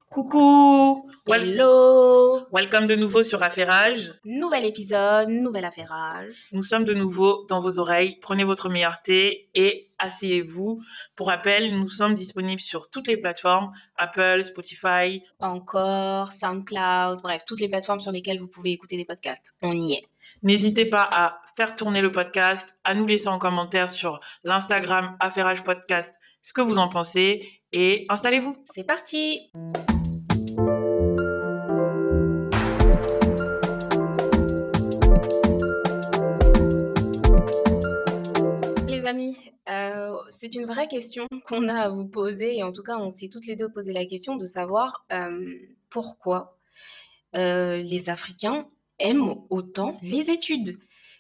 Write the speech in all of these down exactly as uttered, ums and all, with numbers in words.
Coucou, Wel- Hello! welcome de nouveau sur Affairage. Nouvel épisode, nouvel affairage. Nous sommes de nouveau dans vos oreilles. Prenez votre meilleur thé et asseyez-vous. Pour rappel, nous sommes disponibles sur toutes les plateformes, Apple, Spotify. Encore, SoundCloud, bref, toutes les plateformes sur lesquelles vous pouvez écouter des podcasts. On y est. N'hésitez pas à faire tourner le podcast, à nous laisser en commentaire sur l'Instagram Affairage Podcast ce que vous en pensez et installez-vous. C'est parti! Les amis, euh, c'est une vraie question qu'on a à vous poser et en tout cas, on s'est toutes les deux posé la question de savoir euh, pourquoi euh, les Africains aiment autant les études.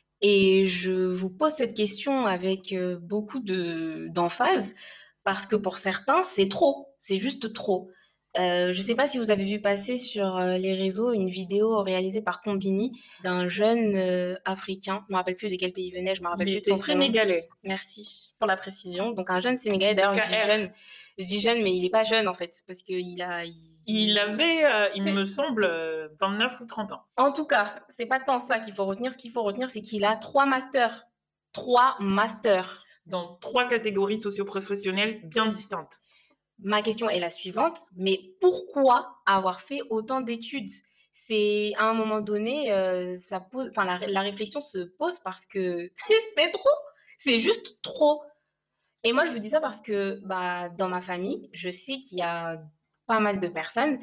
Et je vous pose cette question avec euh, beaucoup de, d'emphase parce que pour certains, c'est trop, c'est juste trop. Euh, je ne sais pas si vous avez vu passer sur euh, les réseaux une vidéo réalisée par Combini d'un jeune euh, Africain. Je ne me rappelle plus de quel pays il venait, je ne me rappelle Il plus de était son prénom. sénégalais. Merci pour la précision. Donc un jeune Sénégalais, d'ailleurs je dis K R. jeune, je dis jeune mais il n'est pas jeune en fait parce qu'il a... il- Il avait, euh, il me semble, euh, vingt-neuf ou trente ans. En tout cas, c'est pas tant ça qu'il faut retenir. Ce qu'il faut retenir, c'est qu'il a trois masters. Trois masters. Dans trois catégories socio-professionnelles bien distinctes. Ma question est la suivante, mais pourquoi avoir fait autant d'études? C'est à un moment donné, euh, ça pose, enfin la, la réflexion se pose parce que c'est trop, c'est juste trop. Et moi je vous dis ça parce que bah dans ma famille, je sais qu'il y a pas mal de personnes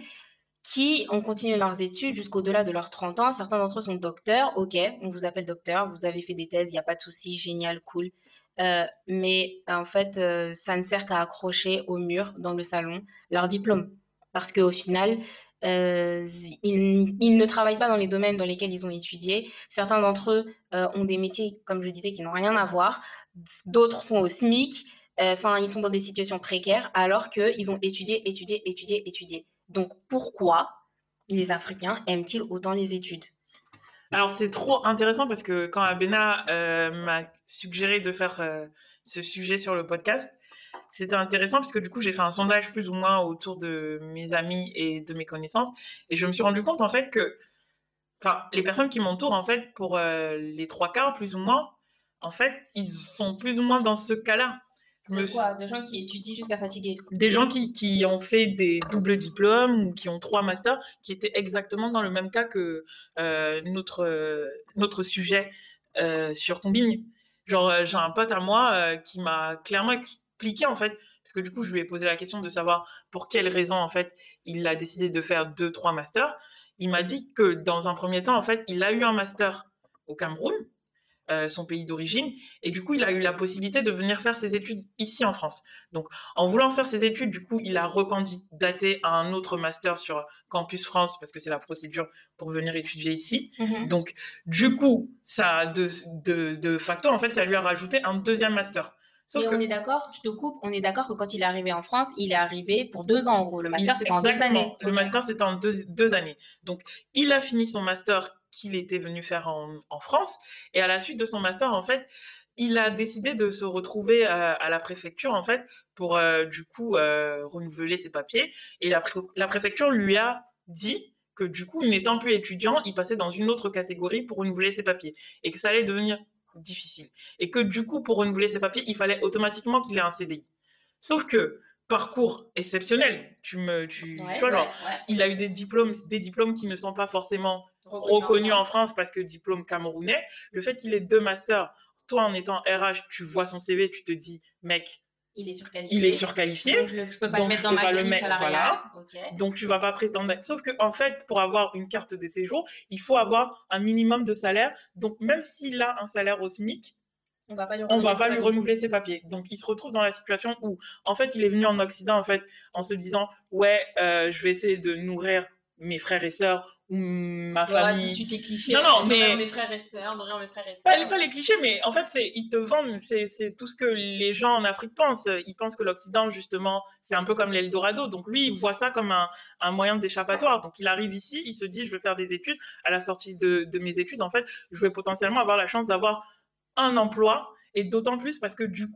qui ont continué leurs études jusqu'au-delà de leurs trente ans. Certains d'entre eux sont docteurs. Ok, on vous appelle docteur, vous avez fait des thèses, il n'y a pas de souci, génial, cool. Euh, mais en fait, euh, ça ne sert qu'à accrocher au mur dans le salon leur diplôme. Parce qu'au final, euh, ils, ils, ne travaillent pas dans les domaines dans lesquels ils ont étudié. Certains d'entre eux euh, ont des métiers, comme je disais, qui n'ont rien à voir. D'autres font au SMIC. Enfin, euh, ils sont dans des situations précaires alors qu'ils ont étudié, étudié, étudié, étudié. Donc, pourquoi les Africains aiment-ils autant les études? Alors, c'est trop intéressant parce que quand Abena euh, m'a suggéré de faire euh, ce sujet sur le podcast, c'était intéressant parce que du coup, j'ai fait un sondage plus ou moins autour de mes amis et de mes connaissances et je me suis rendu compte en fait que, enfin, les personnes qui m'entourent en fait, pour euh, les trois quarts plus ou moins, en fait, ils sont plus ou moins dans ce cas-là. Je me De suis- quoi? De gens qui étudient jusqu'à fatiguer. Des gens qui, qui ont fait des doubles diplômes ou qui ont trois masters, qui étaient exactement dans le même cas que euh, notre, euh, notre sujet euh, sur Combini. Genre, euh, j'ai un pote à moi euh, qui m'a clairement expliqué, en fait, parce que du coup, je lui ai posé la question de savoir pour quelles raisons, en fait, il a décidé de faire deux, trois masters. Il m'a dit que dans un premier temps, en fait, il a eu un master au Cameroun, euh, son pays d'origine. Et du coup, il a eu la possibilité de venir faire ses études ici en France. Donc, en voulant faire ses études, du coup, il a recandidaté à un autre master sur Campus France parce que c'est la procédure pour venir étudier ici. Mhm. Donc, du coup, ça, de, de, de facto, en fait, ça lui a rajouté un deuxième master. Sauf Mais que, on est d'accord, je te coupe, on est d'accord que quand il est arrivé en France, il est arrivé pour deux ans en gros. Le master, il, c'était en deux exactement, années. le Ok. master, c'était en deux, deux années. Donc, il a fini son master qu'il était venu faire en, en France. Et à la suite de son master, en fait, il a décidé de se retrouver à, à la préfecture, en fait, pour euh, du coup euh, renouveler ses papiers. Et la, pré- la préfecture lui a dit que du coup, n'étant plus étudiant, il passait dans une autre catégorie pour renouveler ses papiers. Et que ça allait devenir difficile. Et que du coup, pour renouveler ses papiers, il fallait automatiquement qu'il ait un C D I. Sauf que, parcours exceptionnel, tu me, tu, Ouais, tu vois, ouais, genre, ouais. il a eu des diplômes, des diplômes qui ne sont pas forcément Reconnu reconnus en en France. France parce que diplôme camerounais. Le fait qu'il ait deux masters, toi en étant R H, tu vois son C V, tu te dis, mec, Il est surqualifié. il est surqualifié. Donc, je ne peux pas Donc, le mettre je dans peux ma pas le grille mettre, salariale. voilà. Ok. Donc, tu vas pas prétendre. Sauf que, en fait, pour avoir une carte de séjour, il faut avoir un minimum de salaire. Donc, même s'il a un salaire au SMIC, On va pas lui on va renouveler pas ses lui papiers. renouveler ses papiers. Donc, il se retrouve dans la situation où, en fait, il est venu en Occident, en fait, en se disant, ouais, euh, je vais essayer de nourrir mes frères et sœurs ou ma Tu vois, tout de famille. suite les clichés. Non, non, Nourrir mais mes frères et sœurs, nourrir mes frères et pas, sœurs. pas les clichés, mais en fait, c'est, ils te vendent, c'est, c'est tout ce que les gens en Afrique pensent. Ils pensent que l'Occident, justement, c'est un peu comme l'Eldorado. Donc lui, il voit ça comme un, un moyen d'échappatoire. Donc il arrive ici, il se dit, je vais faire des études. À la sortie de, de mes études, en fait, je vais potentiellement avoir la chance d'avoir un emploi. Et d'autant plus parce que du coup,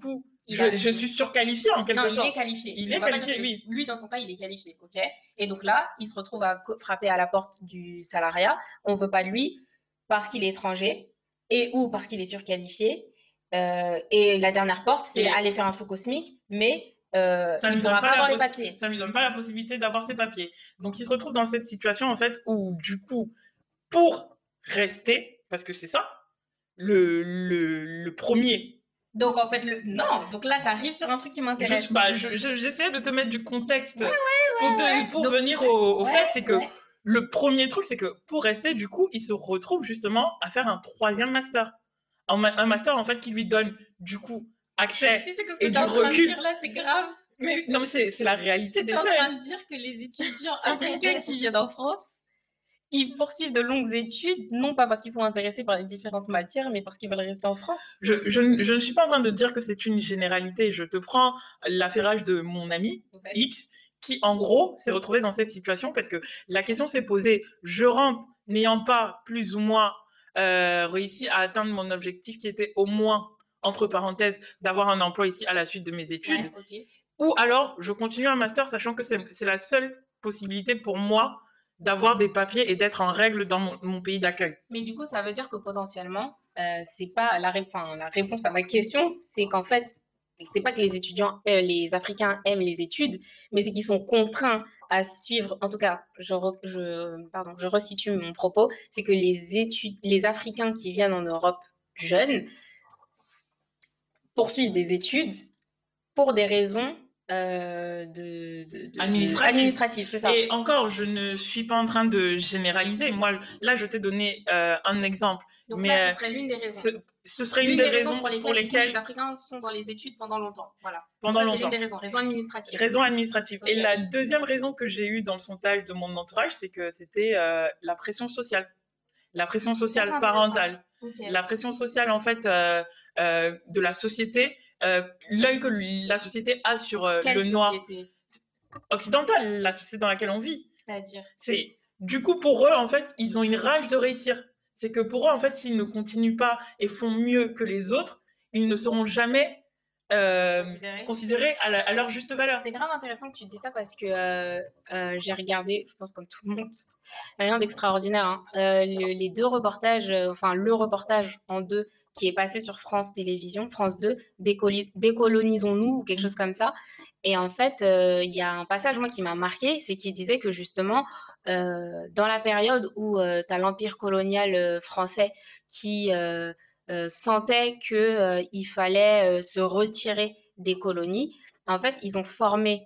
Il a... Je, je suis surqualifiée en quelque non, sorte. Non, il est qualifié. Il On est va pas qualifié, dire que oui. Lui, dans son cas, il est qualifié, ok. Et donc là, il se retrouve à frapper à la porte du salariat. On veut pas de lui parce qu'il est étranger et ou parce qu'il est surqualifié. Euh, et la dernière porte, c'est Et- aller faire un truc cosmique, mais euh, Ça il ne ne pourra pas avoir les papiers. Ça ne lui donne pas la possibilité d'avoir ses papiers. Donc, il se retrouve dans cette situation, en fait, où, du coup, pour rester, parce que c'est ça, le, le, le premier. Donc, en fait, le... non. Donc là, tu arrives sur un truc qui m'intéresse. Je- bah, je- je- J'essaie de te mettre du contexte Ouais, ouais, pour, ouais, te- ouais. pour Donc, venir au, au ouais, fait, c'est que ouais. le premier truc, c'est que pour rester, du coup, il se retrouve justement à faire un troisième master. Un, ma- un master, en fait, qui lui donne, du coup, accès Tu sais que ce que et tu du es en train de recul. dire là, c'est grave. Mais non, mais c'est c'est la réalité des Tu es en faits. train de dire que les étudiants africains qui viennent en France, ils poursuivent de longues études, non pas parce qu'ils sont intéressés par les différentes matières, mais parce qu'ils veulent rester en France. Je, je, ne- je ne suis pas en train de dire que c'est une généralité. Je te prends l'affairage de mon ami Okay. X qui, en gros, s'est retrouvé dans cette situation parce que la question s'est posée. Je rentre n'ayant pas plus ou moins euh, réussi à atteindre mon objectif qui était au moins, entre parenthèses, d'avoir un emploi ici à la suite de mes études. Ouais, okay. Ou alors, je continue un master sachant que c'est la seule possibilité pour moi d'avoir des papiers et d'être en règle dans mon, mon pays d'accueil. Mais du coup, ça veut dire que potentiellement, euh, c'est pas la, ré enfin, la réponse à ma question, c'est qu'en fait, c'est pas que les étudiants, euh, les Africains aiment les études, mais c'est qu'ils sont contraints à suivre. En tout cas, je, re, je, pardon, je resitue mon propos, c'est que les études, les Africains qui viennent en Europe jeunes poursuivent des études pour des raisons euh, de, de, de, administrative, administrative, c'est ça. Et encore, je ne suis pas en train de généraliser. Moi, là, je t'ai donné euh, un exemple. Donc mais ça, ce serait l'une des raisons. Ce, ce serait l'une une des, des raisons, raisons pour lesquelles, pour lesquelles les Africains sont dans les études pendant longtemps. Voilà. Pendant ça, longtemps. C'est l'une des raisons, raison administrative. Raison administrative. Okay. Et la deuxième raison que j'ai eue dans le sondage de mon entourage, c'est que c'était euh, la pression sociale. La pression sociale parentale. Okay. La pression sociale, en fait, euh, euh, de la société, euh, l'œil que la société a sur euh, Quelle le noir. Société occidentale, la société dans laquelle on vit. C'est-à-dire C'est du coup, pour eux, en fait, ils ont une rage de réussir. C'est que pour eux, en fait, s'ils ne continuent pas et font mieux que les autres, ils ne seront jamais euh, considérés, considérés à, la, à leur juste valeur. C'est grave intéressant que tu dis ça parce que euh, euh, j'ai regardé, je pense comme tout le monde, rien d'extraordinaire, hein, euh, le, les deux reportages, euh, enfin le reportage en deux qui est passé sur France Télévisions, France deux, Décolonisons-nous ou quelque chose comme ça. Et en fait, il euh, y a un passage, moi, qui m'a marqué, c'est qu'il disait que justement, euh, dans la période où euh, tu as l'empire colonial euh, français qui euh, euh, sentait qu'il euh, fallait euh, se retirer des colonies, en fait, ils ont formé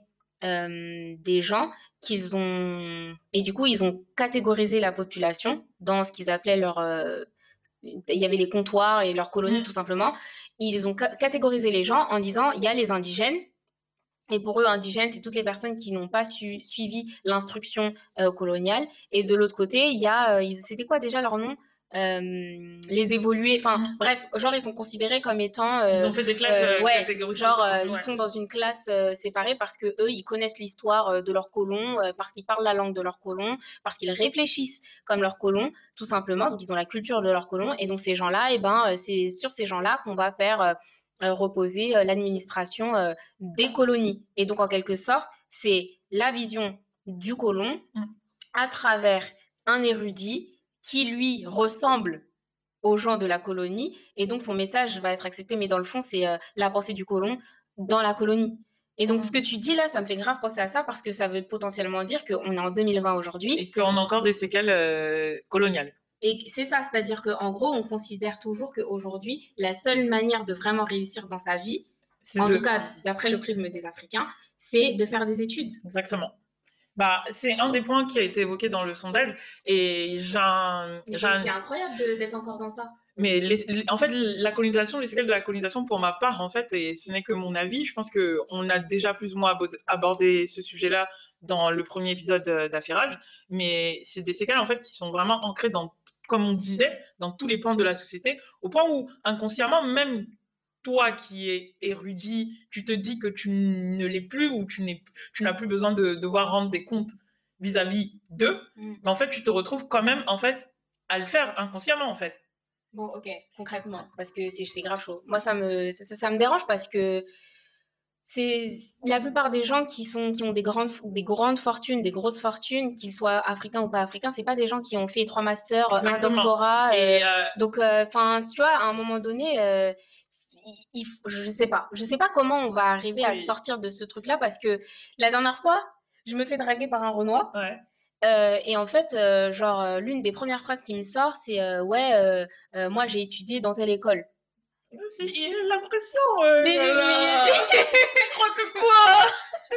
euh, des gens qu'ils ont... Et du coup, ils ont catégorisé la population dans ce qu'ils appelaient leur... Euh, il y avait les comptoirs et leurs colonies, mmh. tout simplement. Ils ont catégorisé les gens en disant, il y a les indigènes. Et pour eux, indigènes, c'est toutes les personnes qui n'ont pas su, suivi l'instruction euh, coloniale. Et de l'autre côté, il y a, euh, c'était quoi déjà leur nom euh, les évolués, enfin mmh. bref, genre ils sont considérés comme étant euh, ils ont fait des classes euh, ouais, genre euh, ouais. ils sont dans une classe euh, séparée parce que eux ils connaissent l'histoire euh, de leurs colons, euh, parce qu'ils parlent la langue de leurs colons, parce qu'ils réfléchissent comme leurs colons, tout simplement. Donc ils ont la culture de leurs colons, et donc ces gens-là, et eh ben c'est sur ces gens-là qu'on va faire euh, euh, reposer euh, l'administration euh, des colonies. Et donc en quelque sorte, c'est la vision du colon mmh. à travers un érudit qui lui ressemble aux gens de la colonie, et donc son message va être accepté, mais dans le fond, c'est euh, la pensée du colon dans la colonie. Et donc, ce que tu dis là, ça me fait grave penser à ça, parce que ça veut potentiellement dire qu'on est en deux mille vingt aujourd'hui. Et qu'on a encore des séquelles euh, coloniales. Et c'est ça, c'est-à-dire qu'en gros, on considère toujours qu'aujourd'hui, la seule manière de vraiment réussir dans sa vie, en de... tout cas, d'après le prisme des Africains, c'est de faire des études. Exactement. Bah, c'est un des points qui a été évoqué dans le sondage, et j'ai un... C'est un... incroyable d'être encore dans ça. Mais les, les, en fait, la colonisation, les séquelles de la colonisation, pour ma part, en fait, et ce n'est que mon avis, je pense qu'on a déjà plus ou moins abordé ce sujet-là dans le premier épisode d'Affairage, mais c'est des séquelles, en fait, qui sont vraiment ancrées dans, comme on disait, dans tous les pans de la société, au point où, inconsciemment, même toi qui es érudit, tu te dis que tu ne l'es plus, ou tu n'as plus besoin de devoir rendre des comptes vis-à-vis d'eux, mm. mais en fait, tu te retrouves quand même, en fait, à le faire inconsciemment, en fait. Bon, ok, concrètement, parce que c'est grave chaud. Moi, ça me, ça, ça me dérange parce que C'est la plupart des gens qui sont qui ont des grandes des grandes fortunes, des grosses fortunes, qu'ils soient africains ou pas africains, c'est pas des gens qui ont fait trois masters, heu, un Exactement doctorat, heu, et heu donc enfin, tu vois, à un moment donné, heu, il il f je sais pas. Je sais pas comment on va arriver à c'est sortir de ce truc-là parce que la dernière fois, je me fais draguer par un Renois, ouais. heu et en fait, heu, genre, heu, l'une des premières phrases qu'il me sort, c'est, heu: «Ouais, heu heu, moi j'ai étudié dans telle école». C'est il a l'impression, heu, Mais mais voilà. Tu crois que quoi?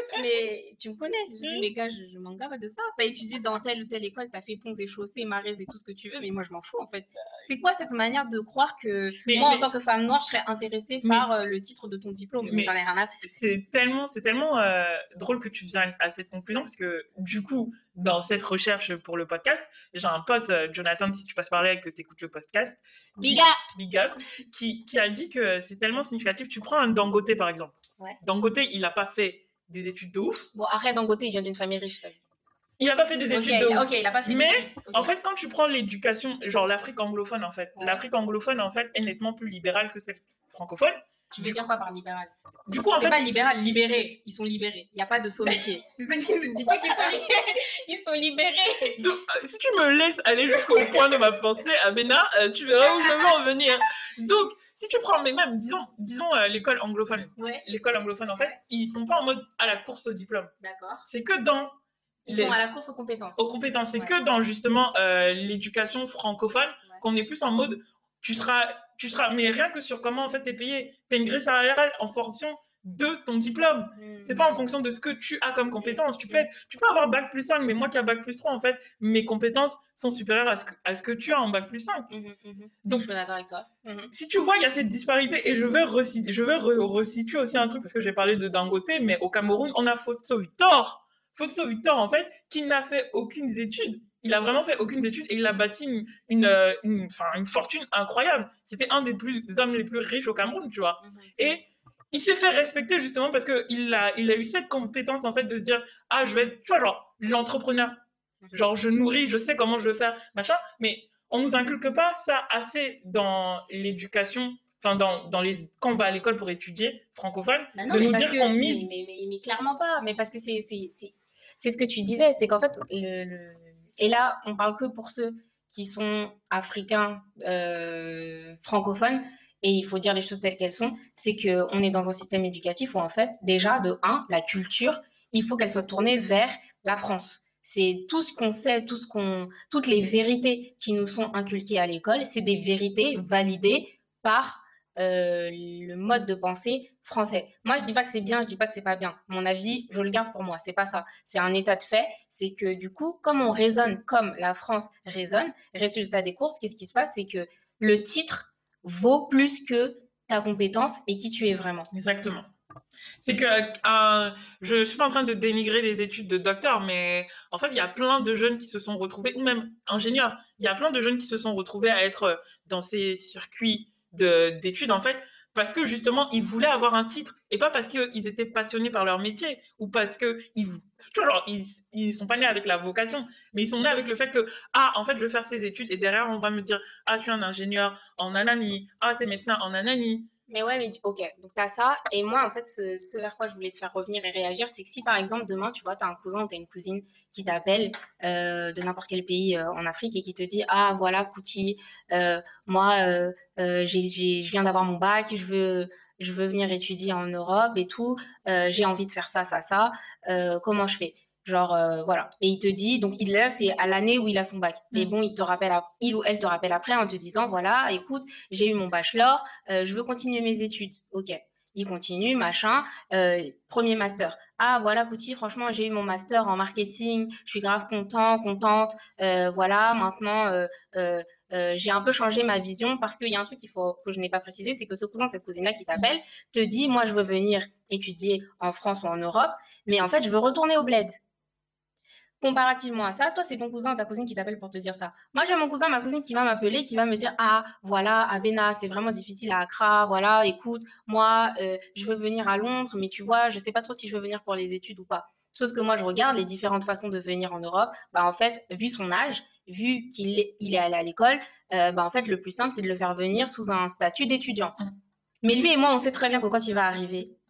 Mais tu me connais, je dis: Mmh. «Mais gars, je je m'en gave de ça. Tu as étudié dans telle ou telle école, tu as fait ponts et chaussées, maraises et tout ce que tu veux, mais moi je m'en fous en fait». C'est quoi cette manière de croire que Mais moi, en mais tant que femme noire, je serais intéressée mais par, heu, le titre de ton diplôme? Mais j'en mais ai rien à faire. c'est tellement c'est tellement, heu, drôle que tu viennes à cette conclusion parce que, du coup, dans cette recherche pour le podcast, j'ai un pote, heu, Jonathan, si tu passes par là et que tu écoutes le podcast, Big qui up! big up, qui qui a dit que c'est tellement significatif. Tu prends un Dangote, par exemple. Ouais. Dangote, il a pas fait des études de ouf. Bon, arrête Dangote, il vient d'une famille riche, tu vu? Il a pas fait des OK, études de il a ouf. OK, il a pas fait Mais d'études. en OK. fait, quand tu prends l'éducation, genre l'Afrique anglophone, en fait, Ouais. l'Afrique anglophone, en fait, est nettement plus libérale que celle francophone. Tu veux Du dire coup, quoi par libéral? du coup, en C'est fait, pas libéral, libéré. Ils sont libérés. Il y a pas de saut métier. C'est ça qui dis pas qu'ils sont libérés. Ils sont libérés. donc, euh, si tu me laisses aller jusqu'au point de ma pensée, Abena, euh, tu verras où je veux en venir. Donc, si tu prends, mais même, disons, disons euh, l'école anglophone. Ouais. L'école anglophone, en fait, Ouais. ils sont pas en mode à la course au diplôme. D'accord. C'est que dans Ils les sont à la course aux compétences. aux compétences. C'est Ouais. que dans justement euh, l'éducation francophone Ouais. qu'on est plus en mode tu seras, tu seras, mais rien que sur comment en fait t'es payé. T'as une grille salariale en fonction de ton diplôme. Mmh. C'est pas en fonction de ce que tu as comme compétences. Tu peux, Mmh. tu peux avoir bac plus cinq, mais moi qui ai bac plus trois, en fait, mes compétences sont supérieures à ce que, à ce que tu as en bac plus cinq. Mmh, mmh. Je Donc, suis d'accord avec toi. Mmh. si tu vois, il y a cette disparité, et je vais, resituer, je vais re- resituer aussi un truc, parce que j'ai parlé de Dangote, mais au Cameroun, on a Fotso Victor. Fotso Victor, en fait, qui n'a fait aucune étude. Il a vraiment fait aucune étude et il a bâti une, une, euh, une, enfin, une fortune incroyable. C'était un des plus, hommes les plus riches au Cameroun, tu vois. Mmh. Et il s'est fait respecter justement parce qu'il a, il a eu cette compétence, en fait, de se dire, ah, je vais être, tu vois, genre, l'entrepreneur. Genre, je nourris, je sais comment je veux faire, machin, mais on nous inculque pas ça assez dans l'éducation, enfin dans, dans les quand on va à l'école pour étudier francophone, Bah non, de mais nous parce dire qu'on que mais, mise. mais, mais, mais clairement pas. Mais parce que c'est c'est c'est c'est ce que tu disais, c'est qu'en fait le, le- et là on parle que pour ceux qui sont africains euh, francophones et il faut dire les choses telles qu'elles sont, c'est que on est dans un système éducatif où en fait déjà de un la culture, il faut qu'elle soit tournée vers la France. C'est tout ce qu'on sait, tout ce qu'on, toutes les vérités qui nous sont inculquées à l'école, c'est des vérités validées par euh, le mode de pensée français. Moi, je dis pas que c'est bien, je dis pas que c'est pas bien. Mon avis, je le garde pour moi. C'est pas ça. C'est un état de fait. C'est que du coup, comme on raisonne comme la France raisonne, résultat des courses, qu'est-ce qui se passe? C'est que le titre vaut plus que ta compétence et qui tu es vraiment. Exactement. C'est que euh, je suis pas en train de dénigrer les études de docteur, mais en fait, il y a plein de jeunes qui se sont retrouvés, ou même ingénieurs, il y a plein de jeunes qui se sont retrouvés à être dans ces circuits de, d'études, en fait, parce que justement, ils voulaient avoir un titre, et pas parce qu'ils étaient passionnés par leur métier, ou parce que ils, tu vois, genre, ils, ils sont pas nés avec la vocation, mais ils sont nés avec le fait que, ah, en fait, je vais faire ces études, et derrière, on va me dire, ah, tu es un ingénieur en nanani, ah, t'es médecin en nanani. Mais ouais, mais ok, donc tu as ça. Et moi, en fait, ce, ce vers quoi je voulais te faire revenir et réagir, c'est que si par exemple, demain, tu vois, tu as un cousin ou tu as une cousine qui t'appelle euh, de n'importe quel pays euh, en Afrique et qui te dit, ah voilà, Kouti, euh, moi, euh, euh, j'ai, j'ai, je viens d'avoir mon bac, je veux, je veux venir étudier en Europe et tout, euh, j'ai envie de faire ça, ça, ça, euh, comment je fais? Genre, euh, voilà. Et il te dit, donc il là, c'est à l'année où il a son bac. Mais Mm. bon, il te rappelle, à- il ou elle te rappelle après en te disant, voilà, écoute, j'ai eu mon bachelor, euh, je veux continuer mes études. Ok. Il continue, machin. Euh, premier master. Ah, voilà, Kouti, franchement, j'ai eu mon master en marketing. Je suis grave content, contente. Euh, voilà, maintenant, euh, euh, euh, j'ai un peu changé ma vision parce qu'il y a un truc qu'il faut que je n'ai pas précisé, c'est que ce cousin, cette cousine-là qui t'appelle, te dit, moi, je veux venir étudier en France ou en Europe, mais en fait, je veux retourner au bled. Comparativement à ça, toi, c'est ton cousin ou ta cousine qui t'appelle pour te dire ça. Moi, j'ai mon cousin, ma cousine qui va m'appeler, qui va me dire, ah, voilà, Abena, c'est vraiment difficile à Accra, voilà, écoute, moi, euh, je veux venir à Londres, mais tu vois, je sais pas trop si je veux venir pour les études ou pas. Sauf que moi, je regarde les différentes façons de venir en Europe. Bah, en fait, vu son âge, vu qu'il est, il est allé à l'école, euh, bah, en fait, le plus simple, c'est de le faire venir sous un statut d'étudiant. Mm. Mais lui et moi, on sait très bien que quand il va arriver,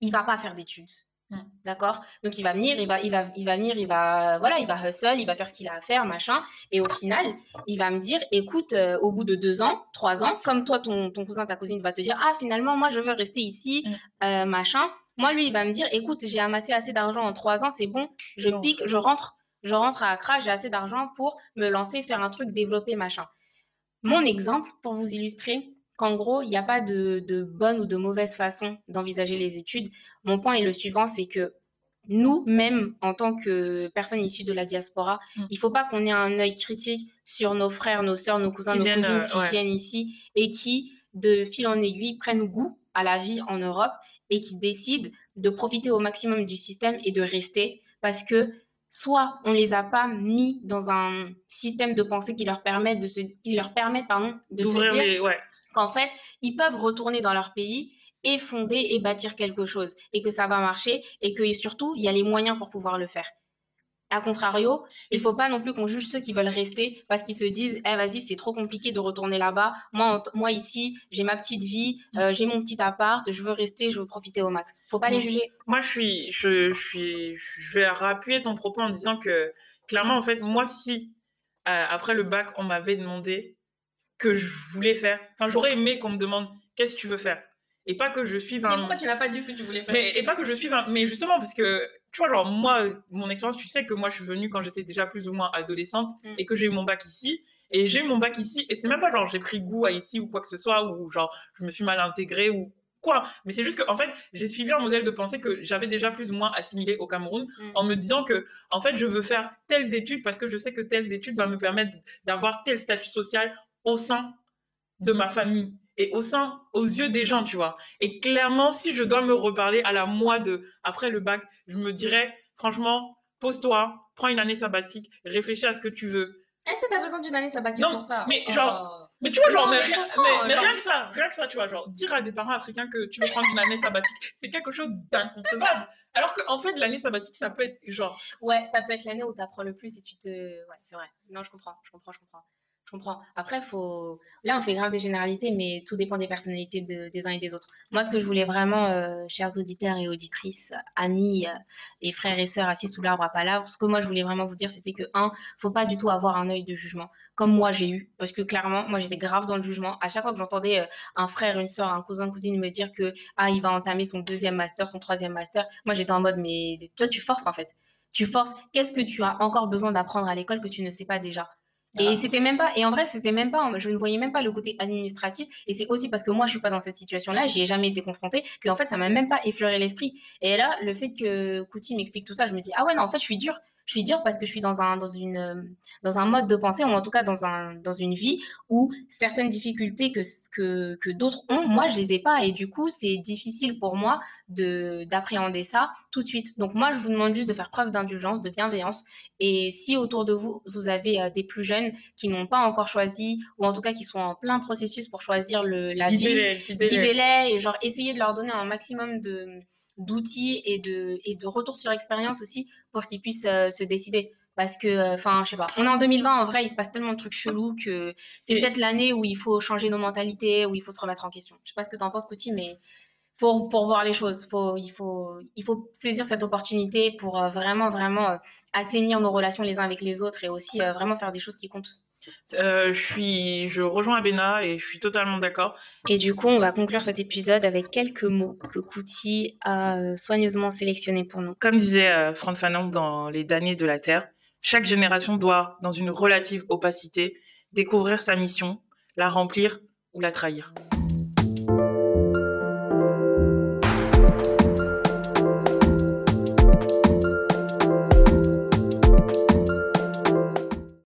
il va pas faire d'études. Mmh. D'accord? Donc il va venir, il va, il va, il va venir, il va, voilà, il va hustle, il va faire ce qu'il a à faire, machin. Et au final, il va me dire, écoute, euh, au bout de deux ans, trois ans, comme toi, ton, ton cousin, ta cousine va te dire, ah, finalement, moi, je veux rester ici, Mmh. euh, machin. Moi, lui, il va me dire, écoute, j'ai amassé assez d'argent en trois ans, c'est bon, je Non. pique, je rentre, je rentre à Accra, j'ai assez d'argent pour me lancer, faire un truc, développer, machin. Mon exemple, pour vous illustrer, qu'en gros, il n'y a pas de, de bonne ou de mauvaise façon d'envisager les études. Mon point est le suivant, c'est que nous, même en tant que personnes issues de la diaspora, Mm. il ne faut pas qu'on ait un œil critique sur nos frères, nos sœurs, nos cousins, Qui nos viennent, cousines euh, qui ouais. viennent ici et qui, de fil en aiguille, prennent goût à la vie en Europe et qui décident de profiter au maximum du système et de rester parce que soit on les a pas mis dans un système de pensée qui leur permet de se, qui leur permet, pardon, de se D'ouvrir dire les... Ouais. qu'en fait, ils peuvent retourner dans leur pays et fonder et bâtir quelque chose et que ça va marcher et que surtout, il y a les moyens pour pouvoir le faire. A contrario, il ne faut pas non plus qu'on juge ceux qui veulent rester parce qu'ils se disent eh, vas-y, c'est trop compliqué de retourner là-bas. Moi, moi ici, j'ai ma petite vie, euh, j'ai mon petit appart, je veux rester, je veux profiter au max. Il ne faut pas les juger. Moi, je suis, je, je suis, je vais rappuyer ton propos en disant que clairement, en fait, moi, si euh, après le bac, on m'avait demandé que je voulais faire, enfin, j'aurais aimé qu'on me demande qu'est-ce que tu veux faire, et pas que je suive un. Mais pourquoi tu n'as pas dit ce que tu voulais faire? Mais et pas que je suive un. Mais justement parce que tu vois, genre moi, mon expérience, tu sais que moi, je suis venue quand j'étais déjà plus ou moins adolescente Mm. et que j'ai eu mon bac ici. Et j'ai eu mon bac ici, et c'est même pas genre j'ai pris goût à ici ou quoi que ce soit, ou genre je me suis mal intégrée ou quoi. Mais c'est juste que en fait, j'ai suivi un modèle de pensée que j'avais déjà plus ou moins assimilé au Cameroun, Mm. en me disant que en fait, je veux faire telles études parce que je sais que telles études vont me permettre d'avoir tel statut social au sein de ma famille et au sein, aux yeux des gens, tu vois. Et clairement, si je dois me reparler à la moi de après le bac, je me dirais, franchement, pose-toi, prends une année sabbatique, réfléchis à ce que tu veux. Est-ce que tu as besoin d'une année sabbatique Non, pour ça? mais Oh. genre, mais tu vois, genre, Non, mais, mais je rien, comprends, mais- mais genre- rien que ça, rien que ça, tu vois, genre, dire à des parents africains que tu veux prendre une année sabbatique, c'est quelque chose d'inconcevable. Alors qu'en fait, l'année sabbatique, ça peut être genre, Ouais, ça peut être l'année où tu apprends le plus et tu te. Ouais, c'est vrai. Non, je comprends, je comprends, je comprends. Je comprends. Après, faut. Là, on fait grave des généralités, mais tout dépend des personnalités de- des uns et des autres. Moi, ce que je voulais vraiment, euh, chers auditeurs et auditrices, amis euh, et frères et sœurs assis sous l'arbre à palabre, ce que moi, je voulais vraiment vous dire, c'était que, un, faut pas du tout avoir un œil de jugement, comme moi, j'ai eu. Parce que clairement, moi, j'étais grave dans le jugement. À chaque fois que j'entendais euh, un frère, une sœur, un cousin, une cousine me dire que, ah, il va entamer son deuxième master, son troisième master, moi, j'étais en mode, mais toi, tu forces, en fait. Tu forces. Qu'est-ce que tu as encore besoin d'apprendre à l'école que tu ne sais pas déjà? Et c'était même pas, et en vrai, c'était même pas, je ne voyais même pas le côté administratif. Et c'est aussi parce que moi, je suis pas dans cette situation-là, j'y ai jamais été confrontée, que en fait, ça m'a même pas effleuré l'esprit. Et là, le fait que Kouti m'explique tout ça, je me dis, ah ouais, non, en fait, je suis dure. Je suis dure parce que je suis dans un, dans une, euh, dans un mode de pensée, ou en tout cas dans un, dans une vie où certaines difficultés que, que, que d'autres ont, moi, je les ai pas. Et du coup, c'est difficile pour moi de, d'appréhender ça tout de suite. Donc, moi, je vous demande juste de faire preuve d'indulgence, de bienveillance. Et si autour de vous, vous avez euh, des plus jeunes qui n'ont pas encore choisi, ou en tout cas qui sont en plein processus pour choisir le, la guidez-les, vie, guidez-les. guidez-les et genre essayez de leur donner un maximum de, d'outils et de, et de retours sur expérience aussi pour qu'ils puissent euh, se décider. Parce que, enfin, je sais pas, on est en deux mille vingt, en vrai, il se passe tellement de trucs chelous que c'est Et- peut-être l'année où il faut changer nos mentalités, où il faut se remettre en question. Je sais pas ce que tu en penses, Couty, mais faut, faut revoir les choses. Faut, il, faut, il faut saisir cette opportunité pour euh, vraiment, vraiment euh, assainir nos relations les uns avec les autres et aussi euh, vraiment faire des choses qui comptent. Euh, je suis, je rejoins Abena et je suis totalement d'accord. Et du coup, on va conclure cet épisode avec quelques mots que Kouti a euh, soigneusement sélectionnés pour nous. Comme disait euh, Franck Fanon dans Les damnés de la Terre, chaque génération doit, dans une relative opacité, découvrir sa mission, la remplir ou la trahir.